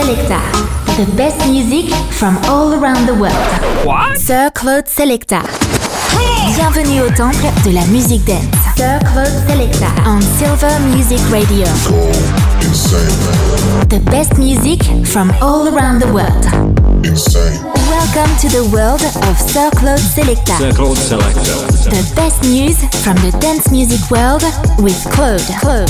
Selecta. The best music from all around the world. What? Sir Claude Selecta. Bienvenue au temple de la musique dance. Sir Claude Selecta on Silver Music Radio. Go insane. The best music from all around the world. Insane. Welcome to the world of Sir Claude Selecta. Sir Claude Selecta. The best news from the dance music world with Claude.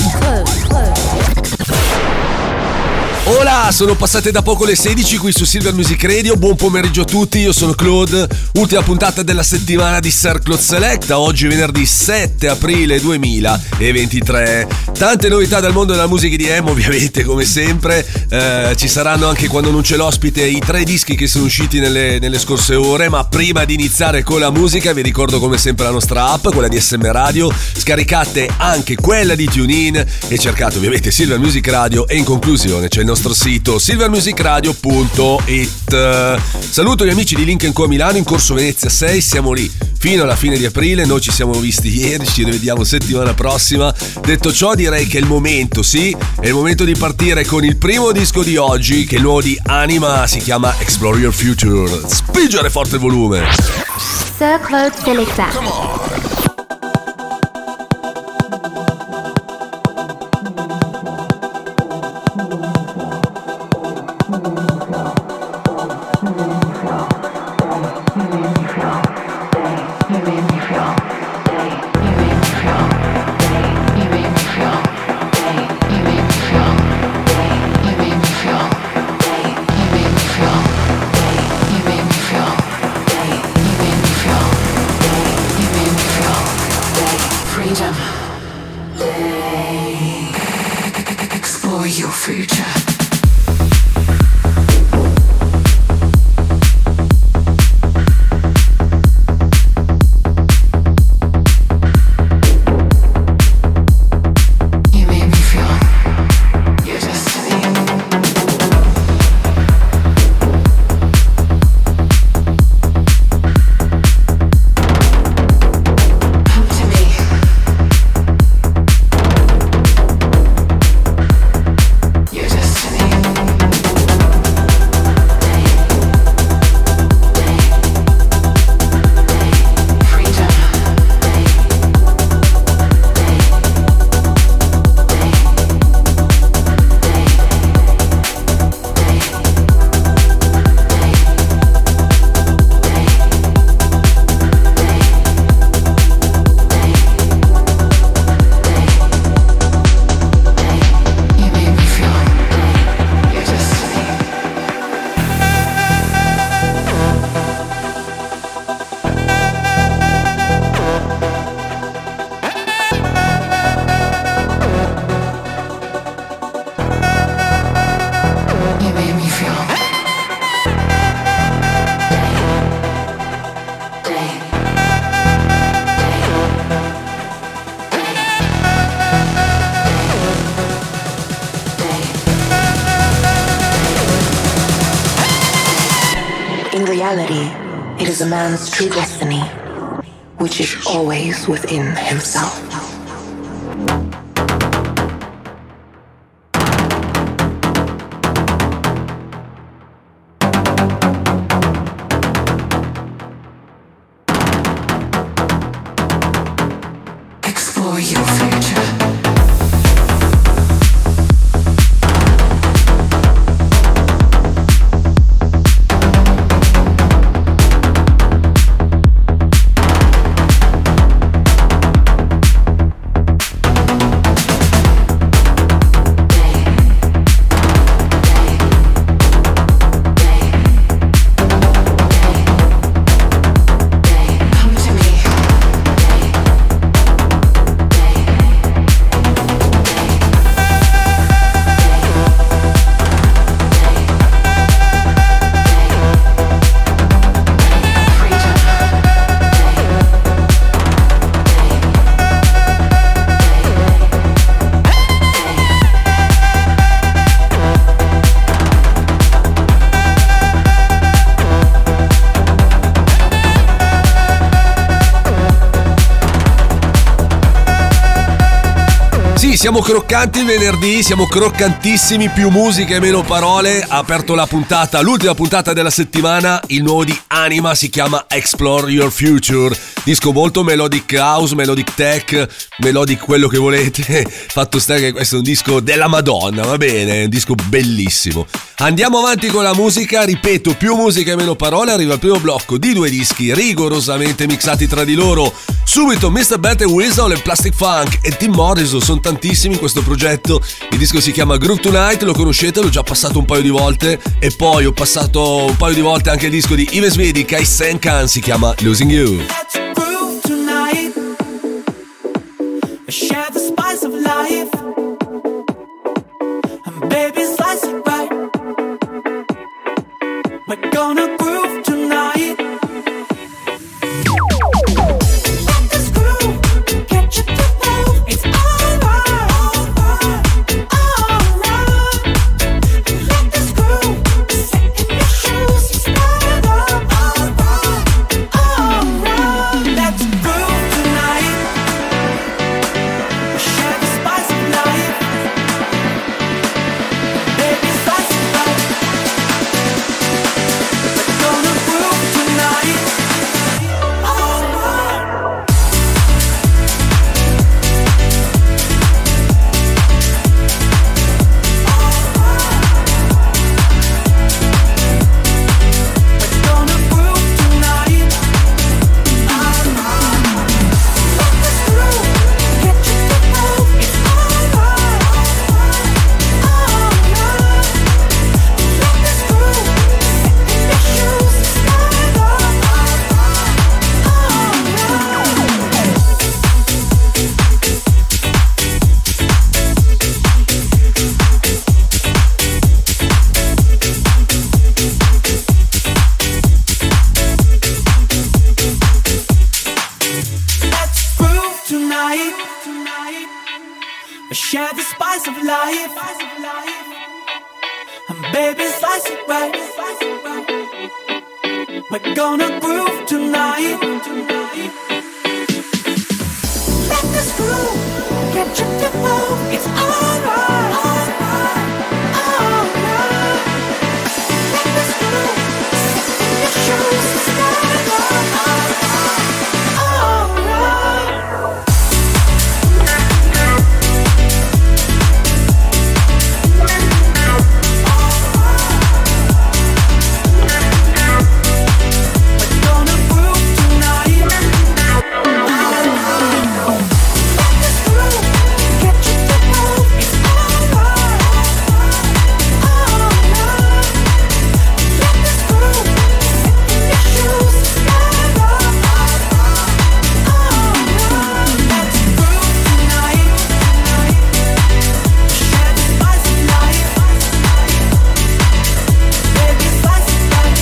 Hola, sono passate da poco le 16 qui su Silver Music Radio. Buon pomeriggio a tutti, io sono Claude. Ultima puntata della settimana di Sir Claude Selecta. Oggi venerdì 7 aprile 2023. Tante novità dal mondo della musica EDM, ovviamente, come sempre. Ci saranno anche, quando non c'è l'ospite, i 3 dischi che sono usciti nelle scorse ore. Ma prima di iniziare con la musica vi ricordo come sempre la nostra app, quella di SM Radio. Scaricate anche quella di TuneIn e cercate ovviamente Silver Music Radio. E in conclusione c'è il nostro sito silvermusicradio.it. Saluto gli amici di Link & Co Milano in Corso Venezia 6, siamo lì fino alla fine di aprile. Noi ci siamo visti ieri, ci rivediamo settimana prossima. Detto ciò, direi che è il momento, sì, è il momento di partire con il primo disco di oggi, che è il nuovo di Anima, si chiama Explore Your Future. Spingere forte il volume. Sir Claude Selecta. Come on. Explore your future. In reality, it is a man's true destiny, which is always within himself. Explore your future. Come to me. siamo croccanti il venerdì, siamo croccantissimi, più musica e meno parole. Ha aperto la puntata, l'ultima puntata della settimana, il nuovo di Anima, si chiama Explore Your Future. Disco molto melodic house, melodic tech, melodic quello che volete. Fatto sta che questo è un disco della Madonna, va bene, è un disco bellissimo. Andiamo avanti con la musica, ripeto, più musica e meno parole. Arriva il primo blocco di 2 dischi rigorosamente mixati tra di loro. Subito Mr. Beth e Weasel e Plastic Funk e Tim Morrison, sono tantissimi in questo progetto. Il disco si chiama Groove Tonight, lo conoscete, l'ho già passato un paio di volte. E poi ho passato un paio di volte anche il disco di Yves Vedi, Kai Senkan, si chiama Losing You. Share the spice of life, and baby slice it right. We're gonna groove tonight. Let this groove get you to move. It's alright, alright. Let this groove set in your shoes. Stand up, alright, alright. Let's groove tonight. Share the spice of life. Baby, slice it right. We're gonna groove tonight. Alright. We're gonna groove tonight. Alright. Let this groove get you to move. It's alright, alright. Let this groove set in your shoes. Stand up, let's groove tonight. Share the spice of life, and baby slice it right. We're gonna groove tonight. Let this groove get you to move. It's alright, alright, alright. Let this groove set in your shoes. Stand up, alright, alright. We're gonna groove tonight. Let this groove get you to move. It's alright, alright. Let this groove set in your shoes. Stand up, alright. Let's groove tonight. Share the spice of life. Baby, slice it right.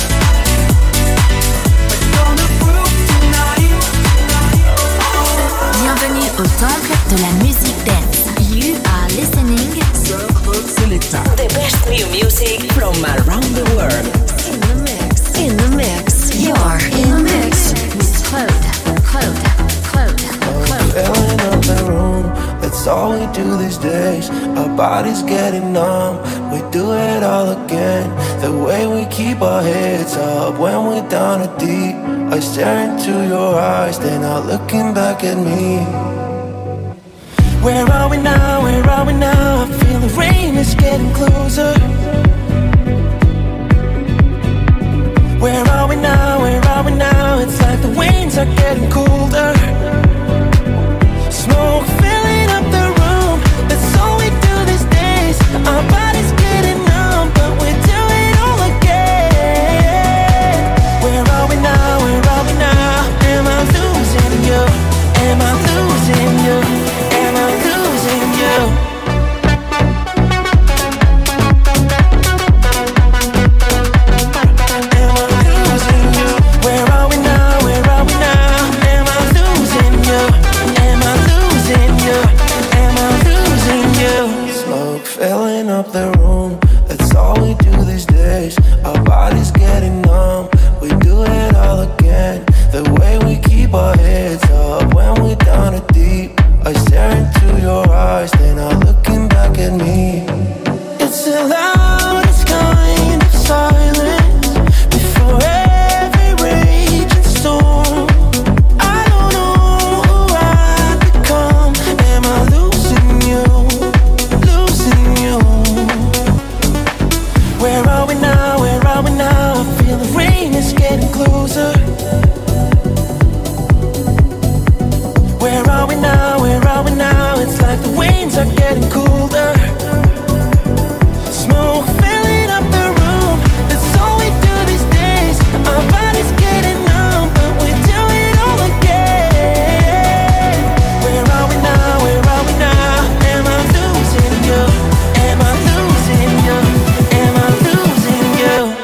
We're gonna groove tonight. Bienvenue au temple de la musique dance. You are listening The best new music from around the world. in the mix. In the mix. You're in the mix with Claude. Filling up the room, that's all we do these days. Our bodies getting numb, we do it all again. The way we keep our heads up when we're down a deep. I stare into your eyes, they're not looking back at me. Where are we now, where are we now? I feel the rain is getting closer. Where are we now, where are we now? It's like the winds are getting colder. Smoke filling up the room, that's all we do these days. Our bodies getting numb, but we do it all again. Where are we now, where are we now? Am I losing you? Am I losing you? Am I losing you? Am I losing you? Where are we now, where are we now? Am I losing you? Am I losing you? Am I losing you? Smoke filling up the room, that's all we do these days. Our bodies getting numb, we do it all again. The way we keep our heads up when we're down a deep. I stare into your eyes, they're not looking back at me. It's the loudest kind of silence before every raging storm. I don't know who I've become. Am I losing you? Losing you? Where are we now? Where are we now? I feel the rain is getting closer. Where are we now? Where are we now? It's like the winds are getting colder. Smoke filling up the room. That's all we do these days. Our bodies getting numb, but we do it all again. Where are we now? Where are we now? Am I losing you? Am I losing you? Am I losing you?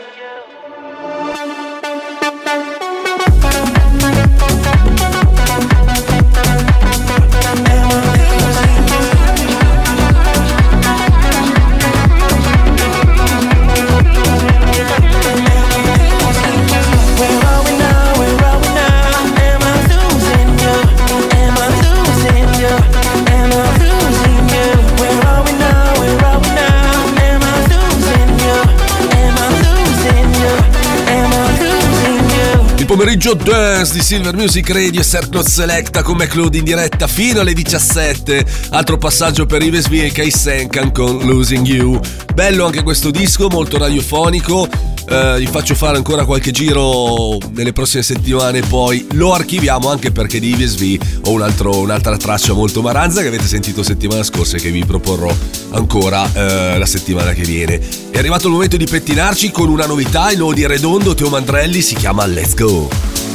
Pomeriggio dance di Silver Music Radio e Circle Selecta con McLeod in diretta fino alle 17. Altro passaggio per Yves V e Kai Senkan con Losing You. Bello anche questo disco, molto radiofonico. Vi faccio fare ancora qualche giro nelle prossime settimane, poi lo archiviamo, anche perché di Yves V ho un'altra traccia molto maranza che avete sentito settimana scorsa e che vi proporrò ancora la settimana che viene. È arrivato il momento di pettinarci con una novità, il nuovo di Redondo, Teo Mandrelli, si chiama Let's Go.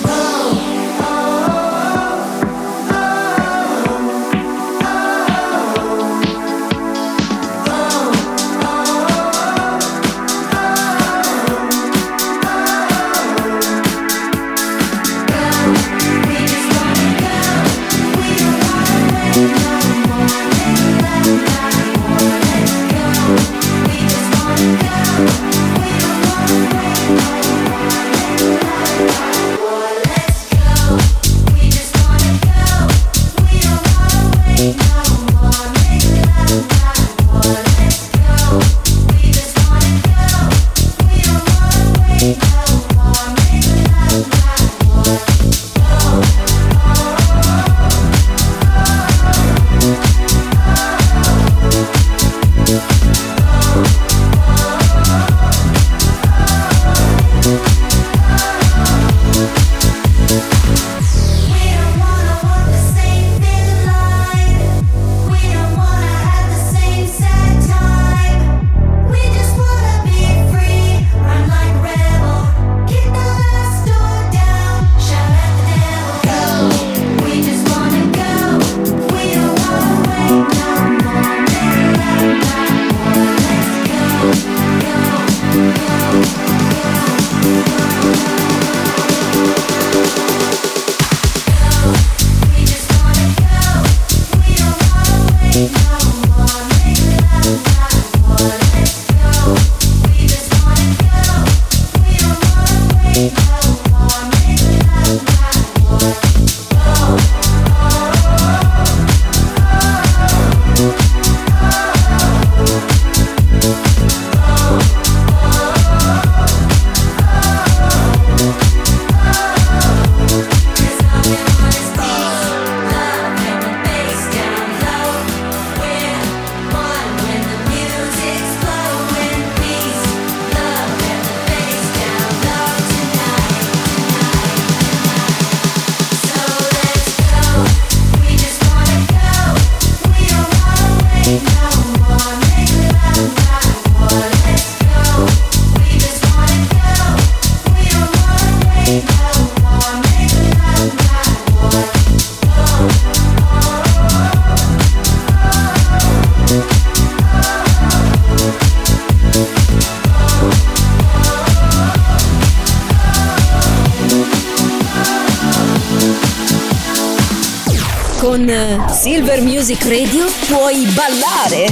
Con Silver Music Radio puoi ballare.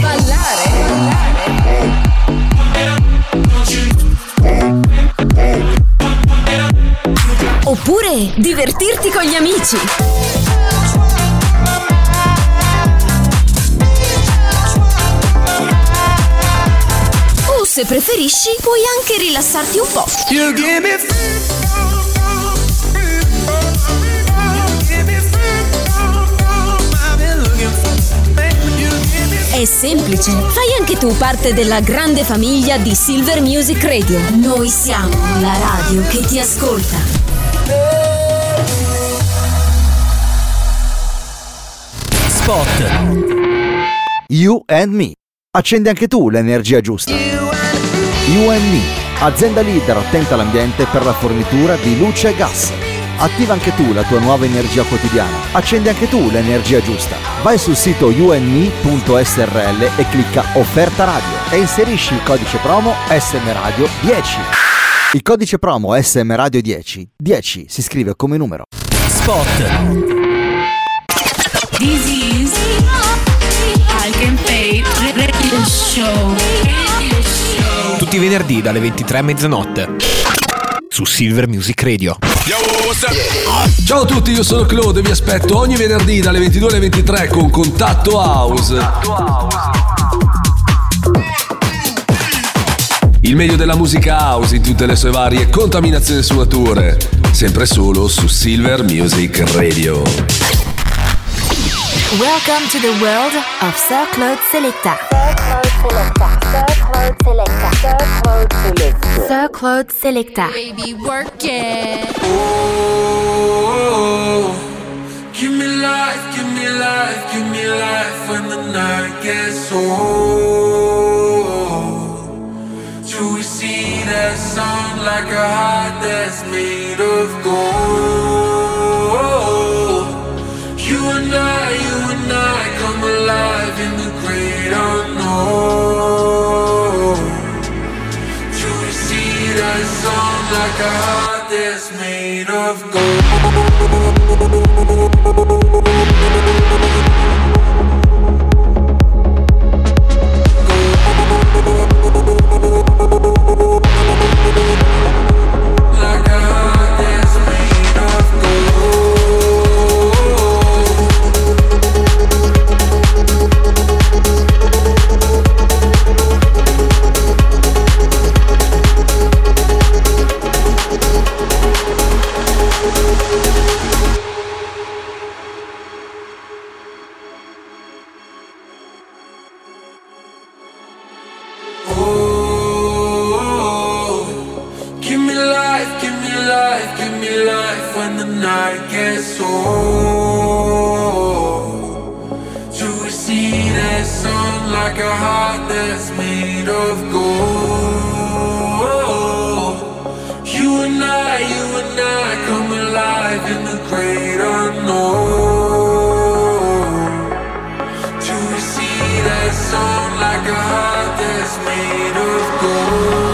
Oppure divertirti con gli amici. se preferisci, puoi anche rilassarti un po'. You give me È semplice, fai anche tu parte della grande famiglia di Silver Music Radio. Noi siamo la radio che ti ascolta. Spot. You and Me. Accendi anche tu l'energia giusta. You and Me, azienda leader attenta all'ambiente per la fornitura di luce e gas. Attiva anche tu la tua nuova energia quotidiana. Accendi anche tu l'energia giusta. Vai sul sito youndme.srl e clicca Offerta Radio e inserisci il codice promo SM Radio 10. Il codice promo SM Radio 10 si scrive come numero. Spot. This is Alken Fate Radio Show. Tutti i venerdì dalle 23 a mezzanotte su Silver Music Radio. Ciao a tutti, io sono Claude e vi aspetto ogni venerdì dalle 22 alle 23 con Contatto House. Il meglio della musica house in tutte le sue varie contaminazioni e sfumature, sempre solo su Silver Music Radio. Welcome to the world of Sir Claude Selecta. Sir Claude Selecta. Baby, work it. Oh, give me life, give me life, give me life when the night gets old. Do we see that sun like a heart that's made of gold? You and I come alive in the great unknown. Do we see that sun like a heart that's made of gold? Like a heart that's made of when the night gets old. Do we see that sun like a heart that's made of gold? You and I come alive in the great unknown. Do we see that sun like a heart that's made of gold?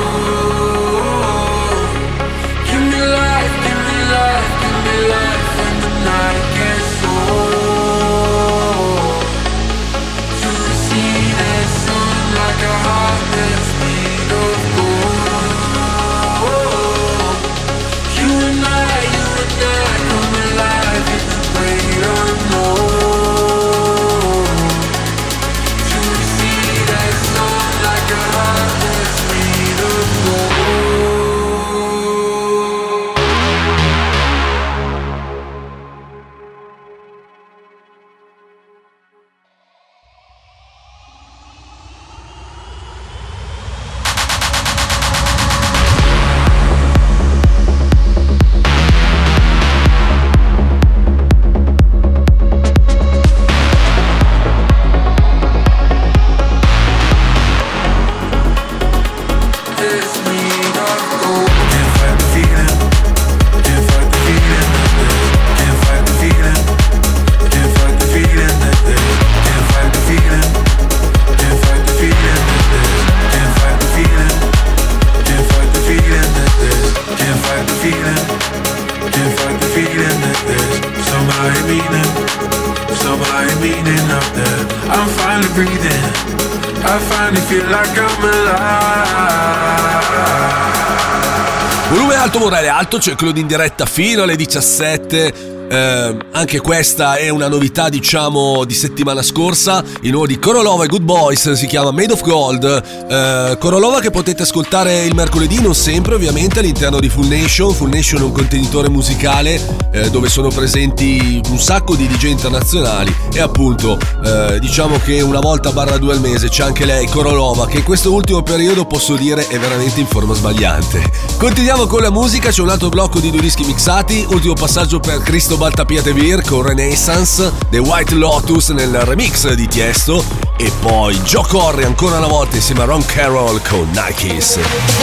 Volume alto, morale alto, c'è Claude in diretta fino alle 17. Anche questa è una novità, diciamo, di settimana scorsa. Il nuovo di Korolova e Good Boys si chiama Made of Gold. Korolova che potete ascoltare il mercoledì, non sempre ovviamente, all'interno di Full Nation. Full Nation è un contenitore musicale dove sono presenti un sacco di DJ internazionali e appunto diciamo che una volta /2 al mese c'è anche lei, Korolova, che in questo ultimo periodo posso dire è veramente in forma sbagliante. Continuiamo con la musica, c'è un altro blocco di 2 dischi mixati, ultimo passaggio per Cristobal Tapiatevir con Renaissance, The White Lotus nel remix di Tiesto e poi Joe Corry ancora una volta insieme a Ron Carroll con Nikes.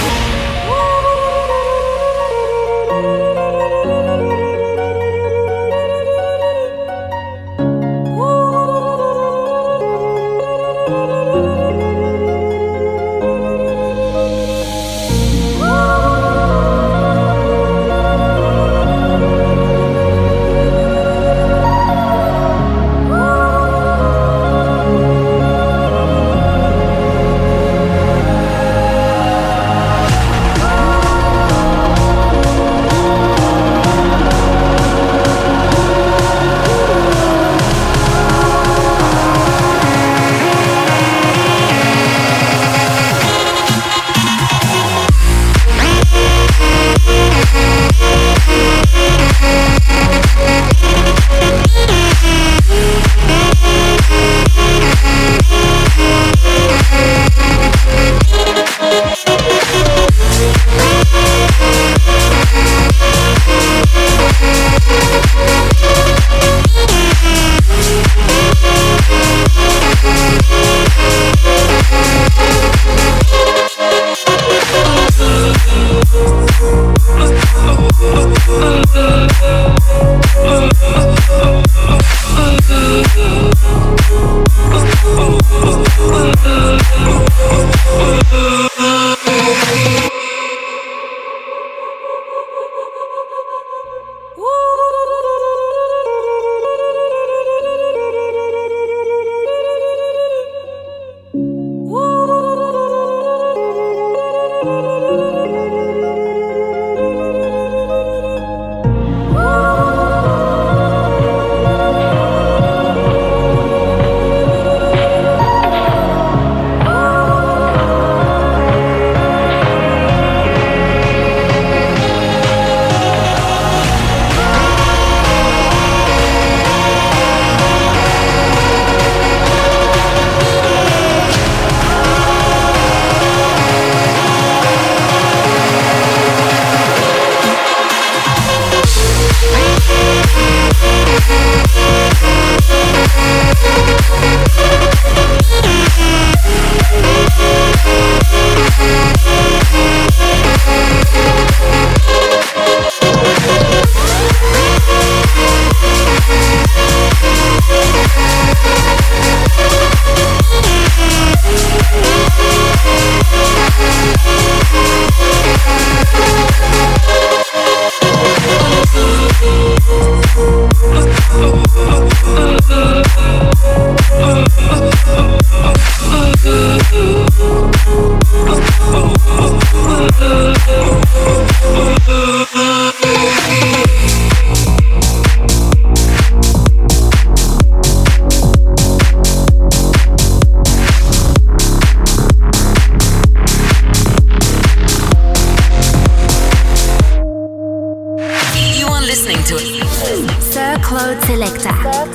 Sir Claude Selecta.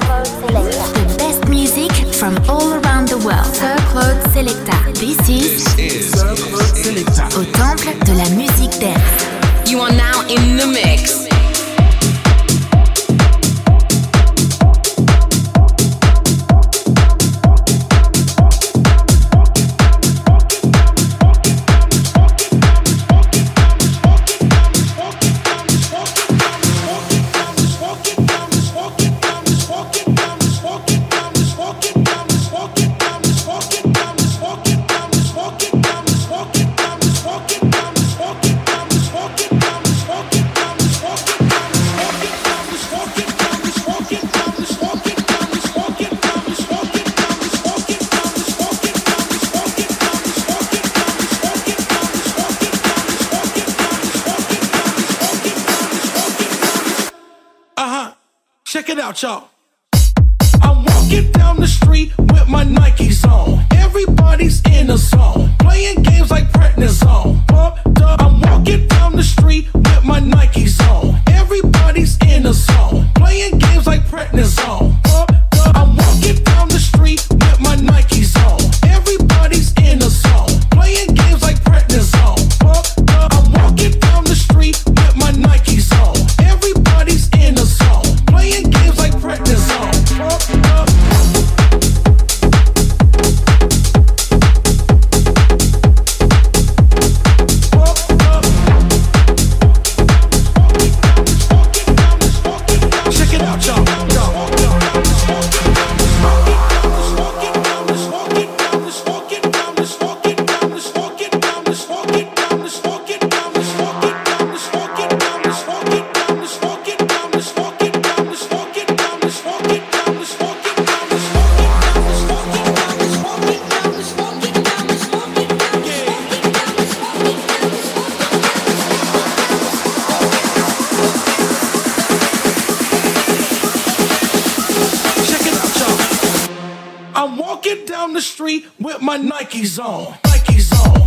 The best music from all around the world. Sir Claude Selecta. This is Sir Claude Selecta. Au temple de la musique dance. You are now in the mix. Walking it out, y'all. I'm walking down the street with my Nikes on. Everybody's in a zone, playing games like prednisone. Pumped up. I'm walking down the street with my Nikes on. Everybody's in a zone, playing games like prednisone. Pumped up. I'm walking down the street with my Nikes on. Everybody's in a zone, playing games like prednisone. Pumped up. I'm walking down the street with my Nikes on. Everybody's in a zone, playing games like prednisone. Pumped up. I'm walking down the street with my Nikes on. Nikes on.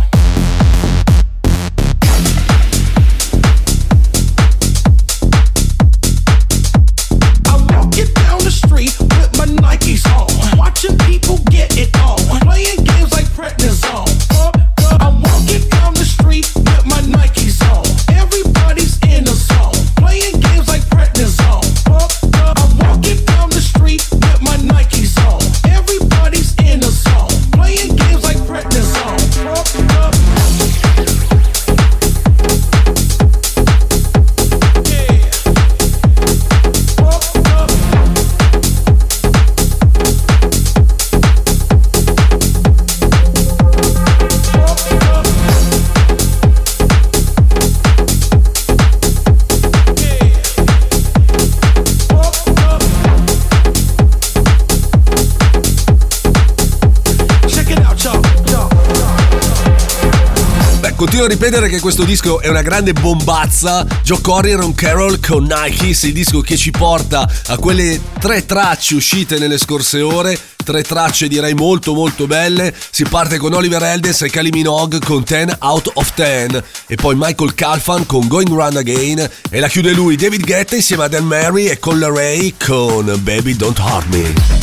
I'm walking down the street with my Nikes on. Watching people get it on. Playing games like prednisone. I'm walking down the street with my Nikes on. Everybody's in a zone. Playing games like prednisone. I'm walking down the street with my Nikes on. Everybody's in a zone, playing games like prednisone. Continuo a ripetere che questo disco è una grande bombazza. Joe Corey e Ron Carroll con Nikes, il disco che ci porta a quelle 3 tracce uscite nelle scorse ore. 3 tracce direi molto molto belle. Si parte con Oliver Heldens e Kylie Minogue con 10 out of 10 e poi Michael Calfan con Going Round Again e la chiude lui David Guetta insieme a Dan Mary e Con Ray con Baby Don't Hurt Me.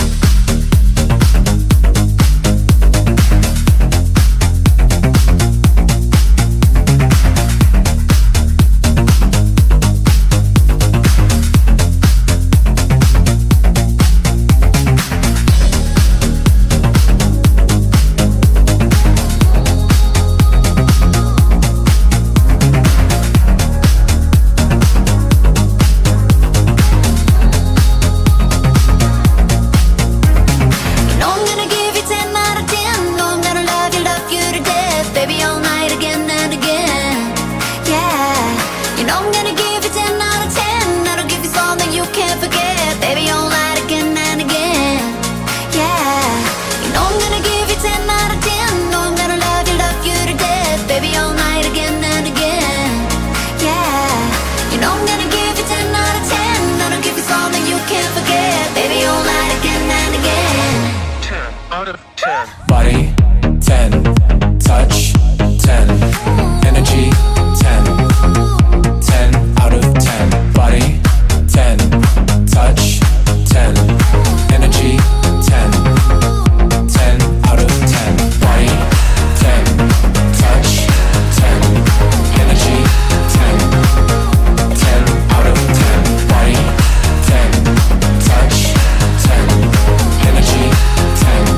Body 10, touch 10, energy 10, 10 out of 10. Body 10, touch 10, energy 10, 10 out of 10. Body 10, touch 10, energy 10, 10 out of 10. Body 10, touch 10, energy 10.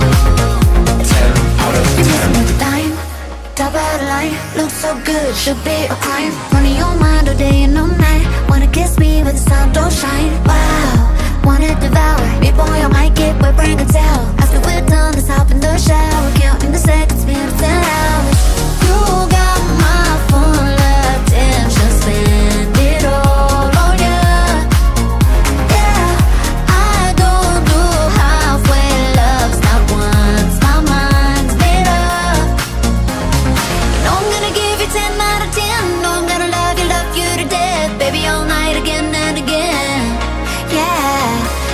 Top of the line, looks so good, should be a crime. Running your mind all day and all night. Wanna kiss me but the sun don't shine. Wow, wanna devour me, boy, I might get wet, bring a towel. After we're done, let's hop in the shower. Counting the seconds, been 10 hours. You got my full attention, spend it all on you. Yeah, I don't do halfway loves, not once, my mind's made up. I'm gonna give you 10 out of 10. No, I'm gonna love you to death, baby, all night again and again. Yeah.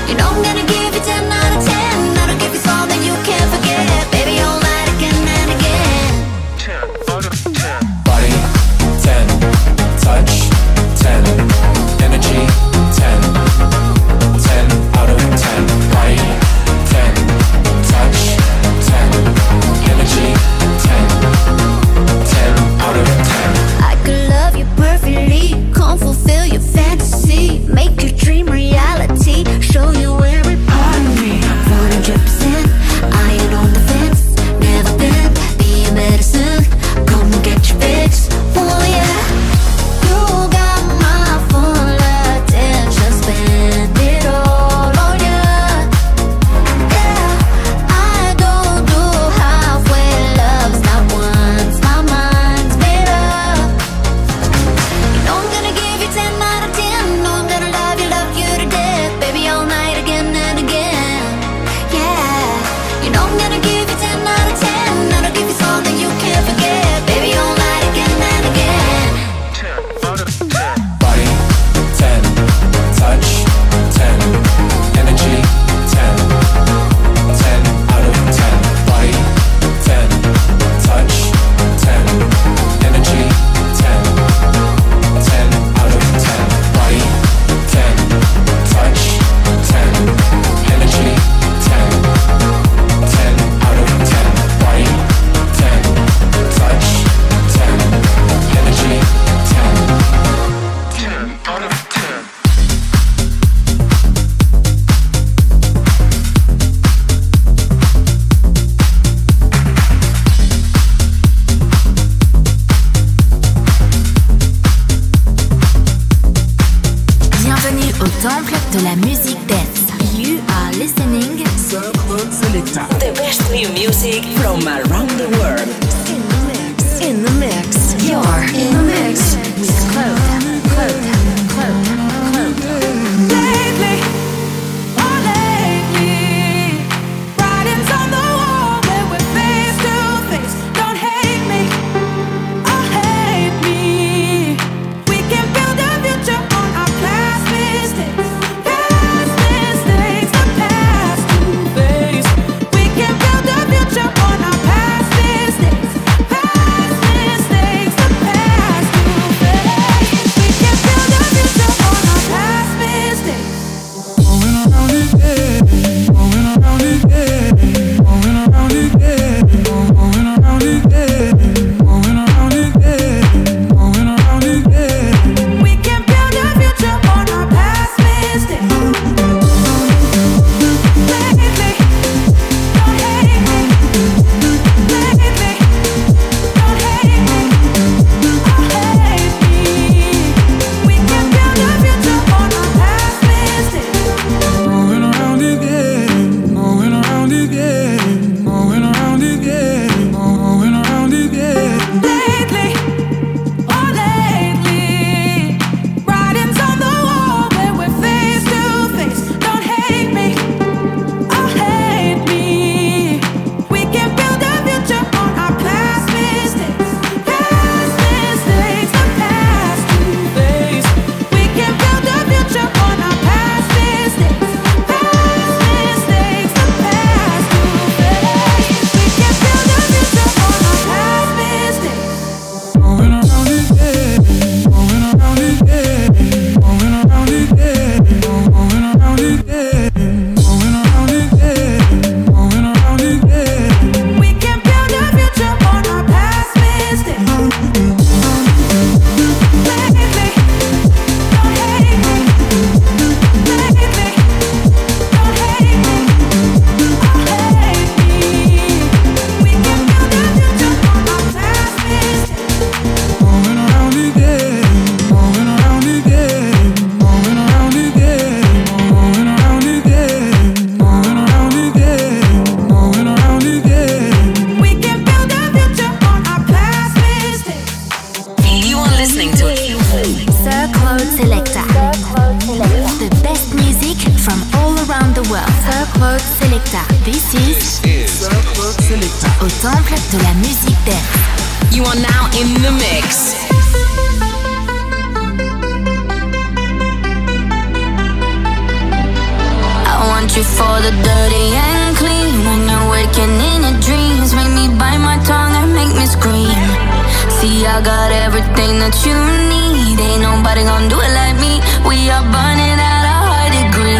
de la musique dance. You are listening Sir Claude Selecta. The best new music from around the world. In the mix. In the mix. You're in the mix with Claude. Lately, oh lately, writings on the wall where we're face to face. Don't hate me, oh hate me. We can build a future on our past mistakes. Past mistakes, the past to face. We can build a future on our past mistakes. Past mistakes, the past to face. We can build a future on our past mistakes. Going around again, going around again, going around again, going around again, going around again, going around again. We can build a future on our past mistakes. Lately, don't hate me. Lately, don't hate me. Oh hate me. We can build a future on our past mistakes. Going around again, going around again, going around again, going around again. Lately, oh lately, writings on the wall where we're face to face. Don't hate me, oh hate me. We can build a future on our past mistakes. Past mistakes, the past to face. We can build a future on our past mistakes. Past mistakes, the past to face. We can build a future on our past mistakes. Going around again, going around again, going around again, going around again, going around again, going around again. We can build a future on our past mistakes. Lately, don't hate me. Lately, don't hate me. Oh hate me. We can build a future on our past mistakes. Going around again, going around again, going around again, going around again, going around again, going around again. We can build a future on our past mistakes. You are listening to Sir Claude Selecta. The best music from all around the world. Sir Claude Selecta. This is Sir Claude Selecta. au temple de la musique dance. You are now in the mix. I want you for the dirty and clean. When you're waking in your dreams, make me bite my tongue and make me scream. See, I got everything that you need. Ain't nobody gonna do it like me. We are burning at a high degree.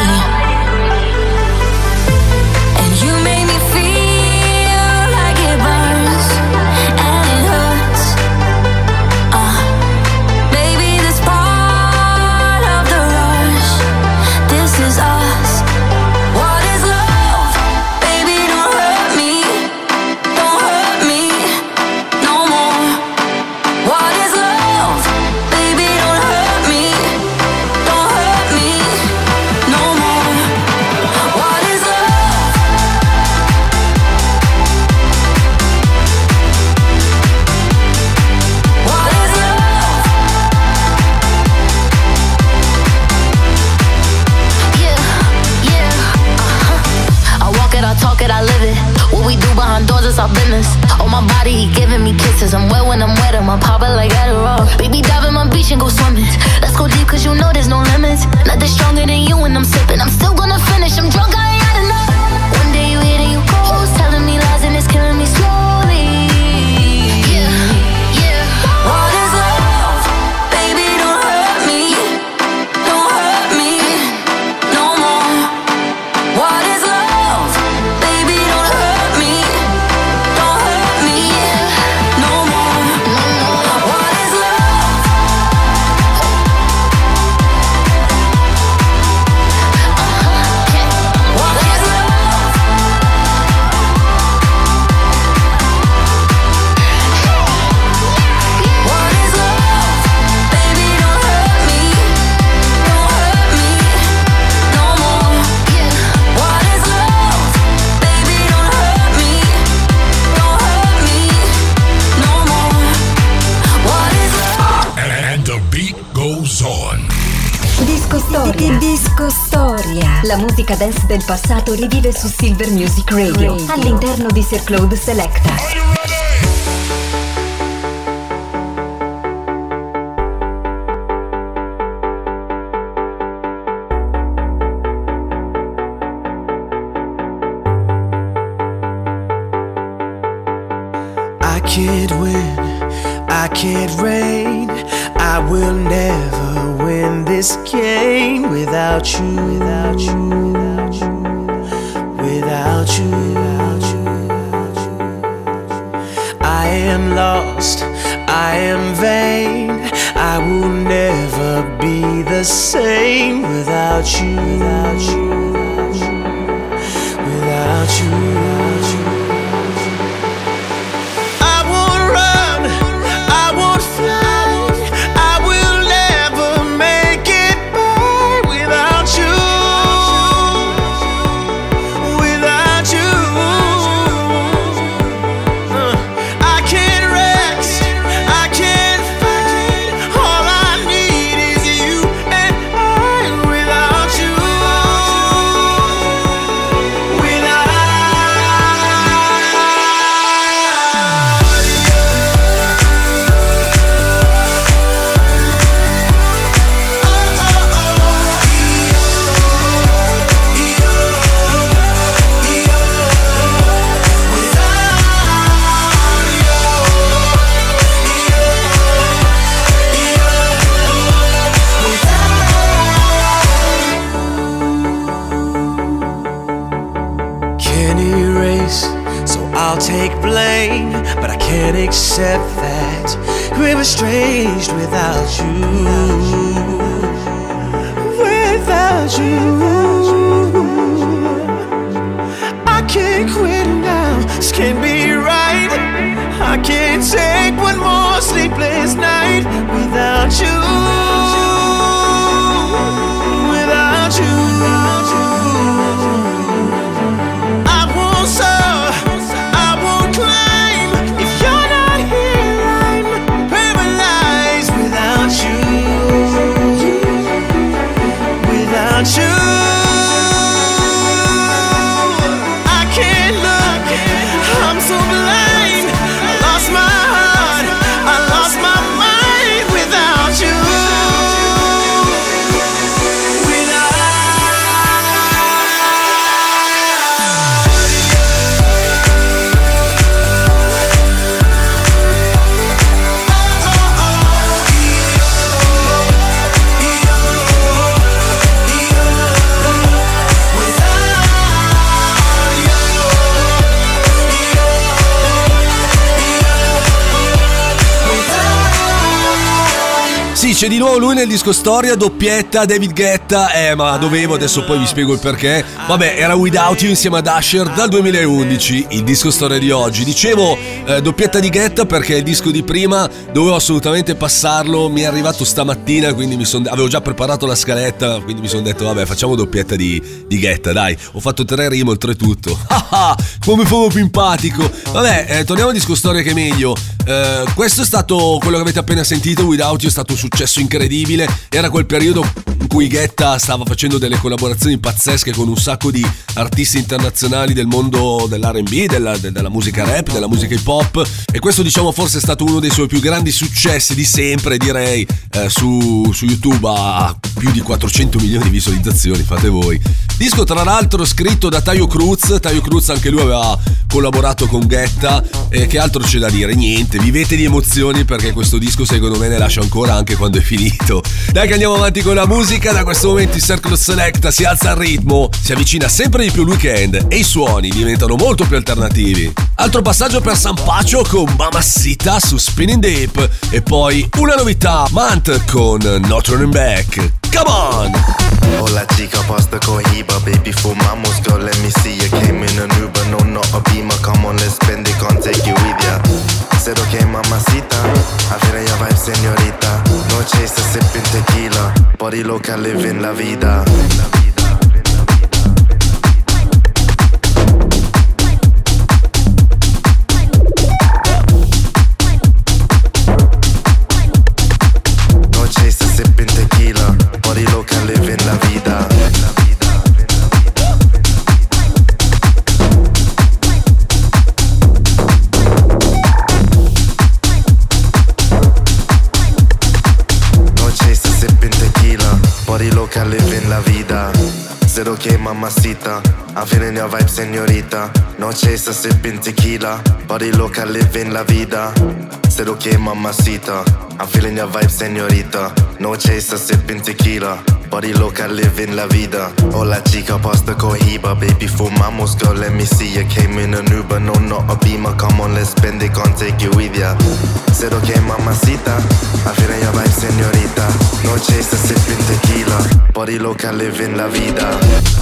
And you make me feel like it burns and it hurts. Baby, this part of the rush. This is us. What is love? Baby, don't hurt me. Don't hurt me no more. What is love? Baby, don't hurt me. Don't hurt me no more. What is love? What is love? Yeah, I walk it, I talk it, I live it. What we do behind doors is our business. On my body, he giving me kisses. I'm wet when I'm wet, I'm pop it like Adderall. Baby, dive in my beach and go swimming. Let's go deep, cause you know there's no limits. Nothing stronger than you when I'm sipping. I'm still gonna finish, I'm drunk, I ain't had enough. One day you hit and you go, telling me lies and it's killing me slowly. Yeah. What is love? Baby, don't hurt me. Don't hurt me no more. What is love? Baby, don't hurt me. Don't hurt me no more. Storia. Disco Storia. La musica dance del passato rivive su Silver Music Radio. All'interno di Sir Claude Selecta. I can't win, I can't reign, I will never win this game without you, without you, without you, without you, without you. I am lost, I am vain, I will never be the same without you, without you, without you, without you, without you. Accept that we're estranged without you, without you. I can't quit now, this can't be right. I can't take one more sleepless night without you, without you. I won't soar, I won't climb if you're not here. I'm paralyzed without you, without you. I can't look, I'm so blind. I lost my heart, I lost my mind without you. Sì, c'è di nuovo lui nel disco storia, doppietta David Guetta. Ma dovevo, adesso poi vi spiego il perché. Vabbè, era Without You insieme ad Usher dal 2011, il disco storia di oggi. Dicevo doppietta di Guetta perché il disco di prima dovevo assolutamente passarlo, mi è arrivato stamattina, quindi avevo già preparato la scaletta, quindi mi sono detto vabbè, facciamo doppietta di Guetta, dai. Ho fatto 3 rime oltretutto. Come fumo pimpatico. Vabbè, torniamo al disco storia che è meglio. Questo è stato quello che avete appena sentito, Without You, è stato un successo incredibile. Era quel periodo in cui Guetta stava facendo delle collaborazioni pazzesche con un sacco di artisti internazionali del mondo dell'R&B, della musica rap, della musica hip hop, e questo diciamo forse è stato uno dei suoi più grandi successi di sempre, direi. Su YouTube ha più di 400 milioni di visualizzazioni, fate voi. Disco tra l'altro scritto da Taio Cruz, anche lui aveva collaborato con Guetta, e che altro c'è da dire? Niente, vivete di emozioni perché questo disco secondo me ne lascia ancora anche quando è finito. Dai che andiamo avanti con la musica, da questo momento il Circle Selecta si alza il ritmo, si avvicina sempre di più il weekend e i suoni diventano molto più alternativi. Altro passaggio per San Pacho con Mamacita su Spinning Deep, e poi una novità, Mant con Not Turning Back. Come on! Hola chica, pasta cohiba, baby fumamos, girl, let me see you. Came in an Uber, no, not a Beamer. Come on, let's spend it, can't take you with ya. Said okay, mamacita, I feel your vibe, señorita. No chaser, sipping tequila, body loca, living la vida. No chaser, sipping tequila, body loca, living la vida. loca, living la vida. Said okay, mamacita, I'm feeling your vibe, señorita. No chaser, sipping tequila. Body loca, living la vida. Said okay, mamacita, I'm feeling your vibe, señorita. No chaser, sipping tequila. Body loca, living la vida. Hola chica, pasta cohiba. Baby, fumamos, girl, let me see ya. Came in an Uber, no, not a Beamer. Come on, let's spend it, can't take you with ya. Said okay, mamacita, I'm feeling your vibe, señorita. No chaser, sipping tequila. Body loca, living la vida.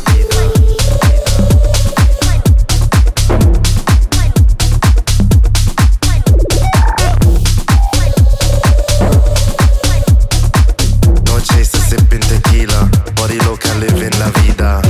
Sipping tequila, body loca, living la vida.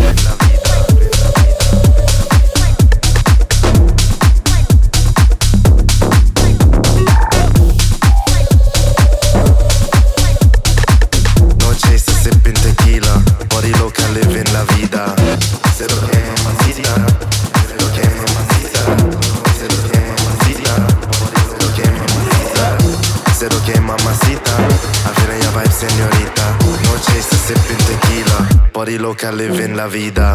No chaser, sipping tequila, body loca, living la vida. Se lo que mamacita, se lo que mamacita, se lo que mamacita, se lo que mamacita, se lo que mamacita. I'm feeling your vibe, señorita. No chaser, sipping tequila. Body loca, living la vida.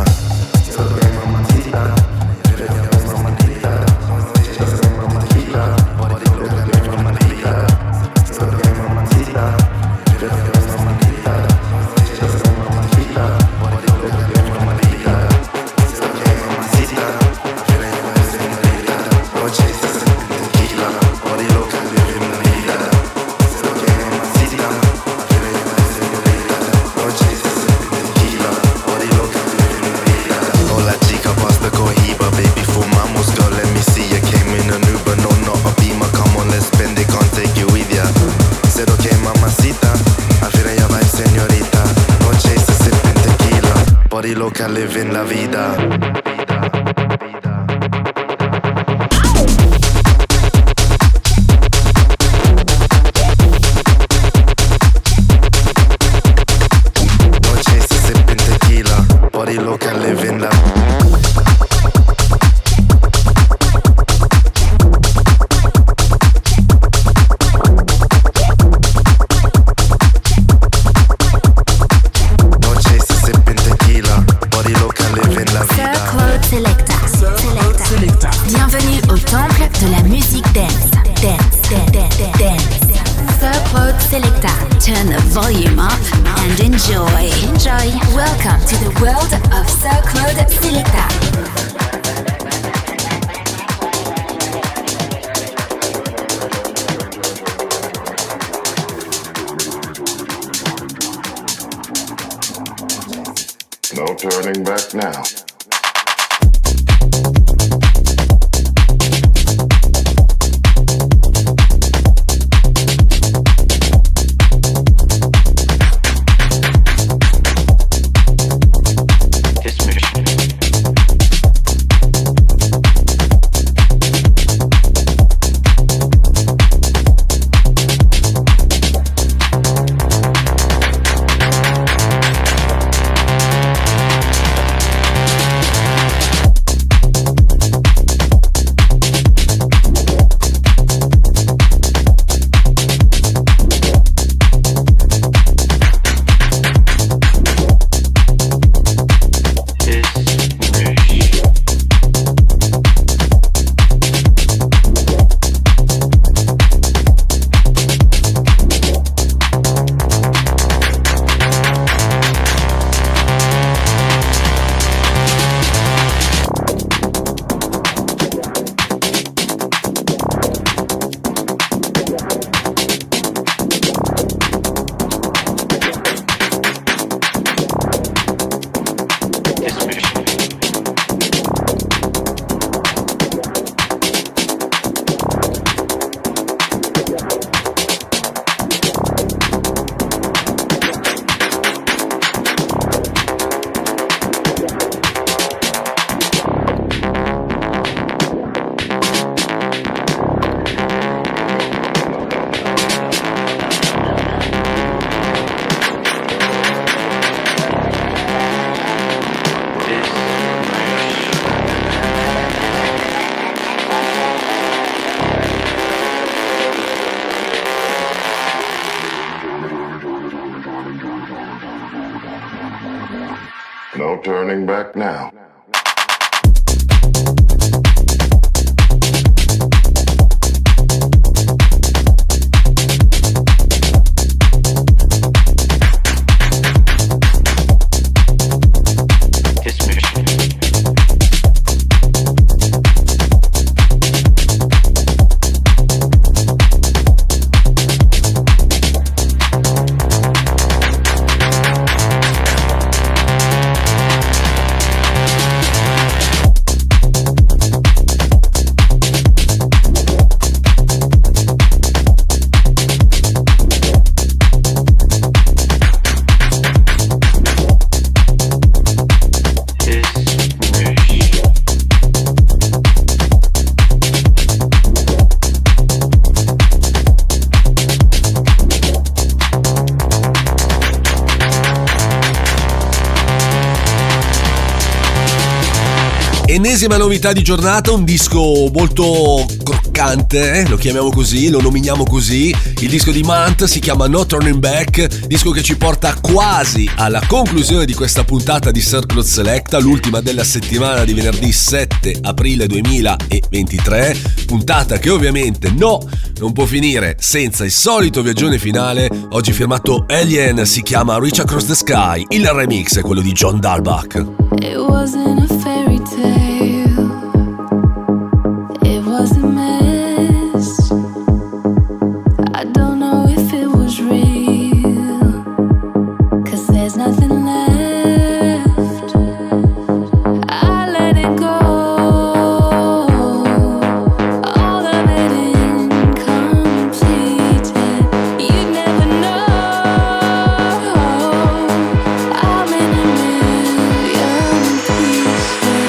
Loca, living la vida. No chaser, sipping tequila. Body loca, living la vida. Bienvenue au temple de la musique dance. Sir Claude Selecta. Turn the volume up and enjoy. Welcome to the world of Sir Claude Selecta. No turning back now. No turning back now. Ennesima novità di giornata, un disco molto croccante, lo chiamiamo così, lo nominiamo così. Il disco di Mant si chiama No Turning Back, disco che ci porta quasi alla conclusione di questa puntata di Sir Claude Selecta, l'ultima della settimana di venerdì 7 aprile 2023, puntata che ovviamente non può finire senza il solito viaggione finale. Oggi firmato Alien, si chiama Reach Across the Sky, il remix è quello di John Dalbach. It wasn't a fairy tale, it was a mess. I don't know if it was real, 'cause there's nothing left. I let it go, all of it incompleted. You'd never know, I'm in a million pieces.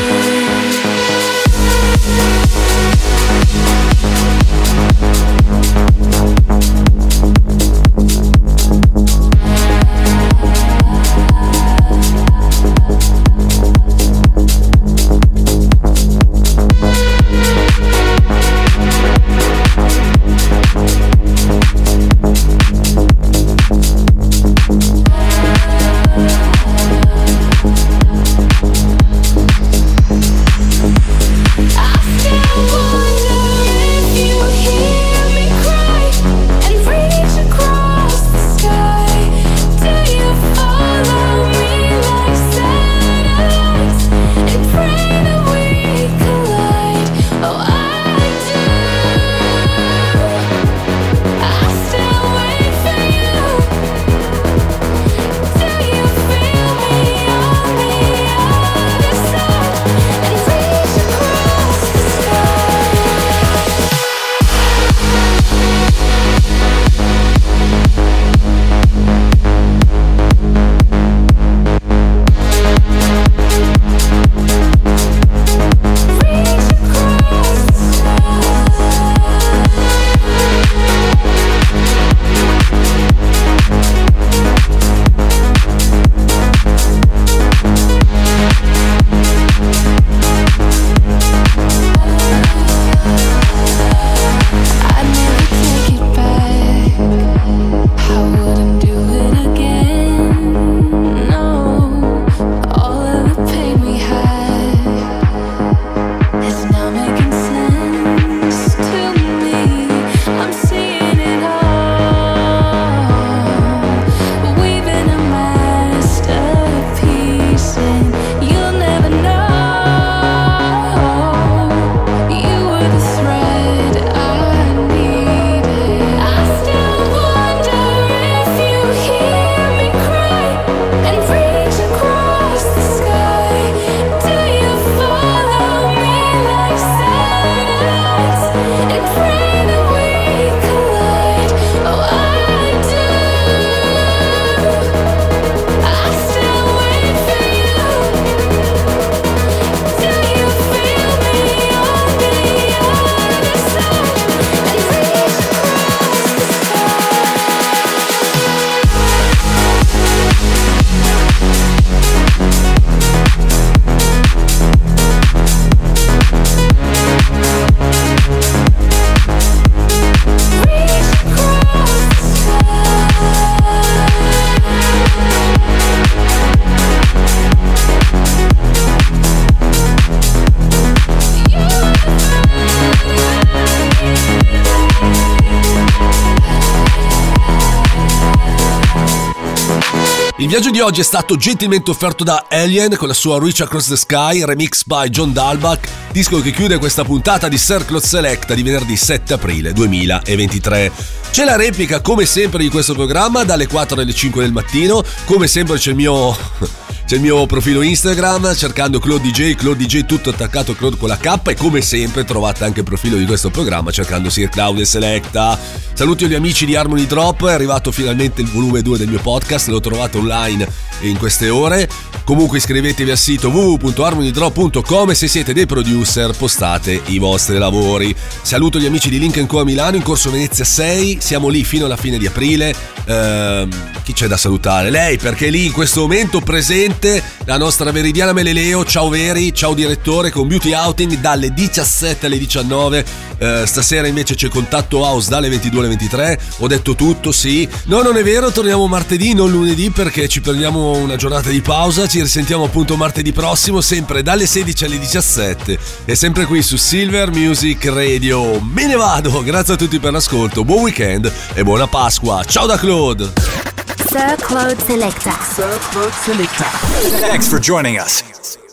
Il viaggio di oggi è stato gentilmente offerto da Alien con la sua Reach Across the Sky, remix by John Dalbach, disco che chiude questa puntata di Sir Claude Selecta di venerdì 7 aprile 2023. C'è la replica come sempre di questo programma dalle 4 alle 5 del mattino, come sempre c'è il mio profilo Instagram cercando Claude DJ tutto attaccato, Claude con la K, e come sempre trovate anche il profilo di questo programma cercando Sir Claude Selecta. Saluti agli amici di Harmony Drop, è arrivato finalmente il volume 2 del mio podcast, lo trovate online in queste ore. Comunque iscrivetevi al sito www.harmonydrop.com e se siete dei producer postate i vostri lavori. Saluto gli amici di Link & Co a Milano in Corso Venezia 6, siamo lì fino alla fine di aprile. Chi c'è da salutare? Lei, perché è lì in questo momento presente, la nostra Veridiana Meleleo. Ciao Veri, ciao direttore, con Beauty Outing dalle 17 alle 19. Stasera invece c'è Contatto House dalle 22 alle 23. Ho detto tutto, sì. No, non è vero, torniamo martedì, non lunedì, perché ci prendiamo una giornata di pausa. Ci risentiamo appunto martedì prossimo, sempre dalle 16 alle 17 e sempre qui su Silver Music Radio. Me ne vado, grazie a tutti per l'ascolto, buon weekend e buona Pasqua. Ciao da Claude. Sir Claude Selecta. Thanks for joining us.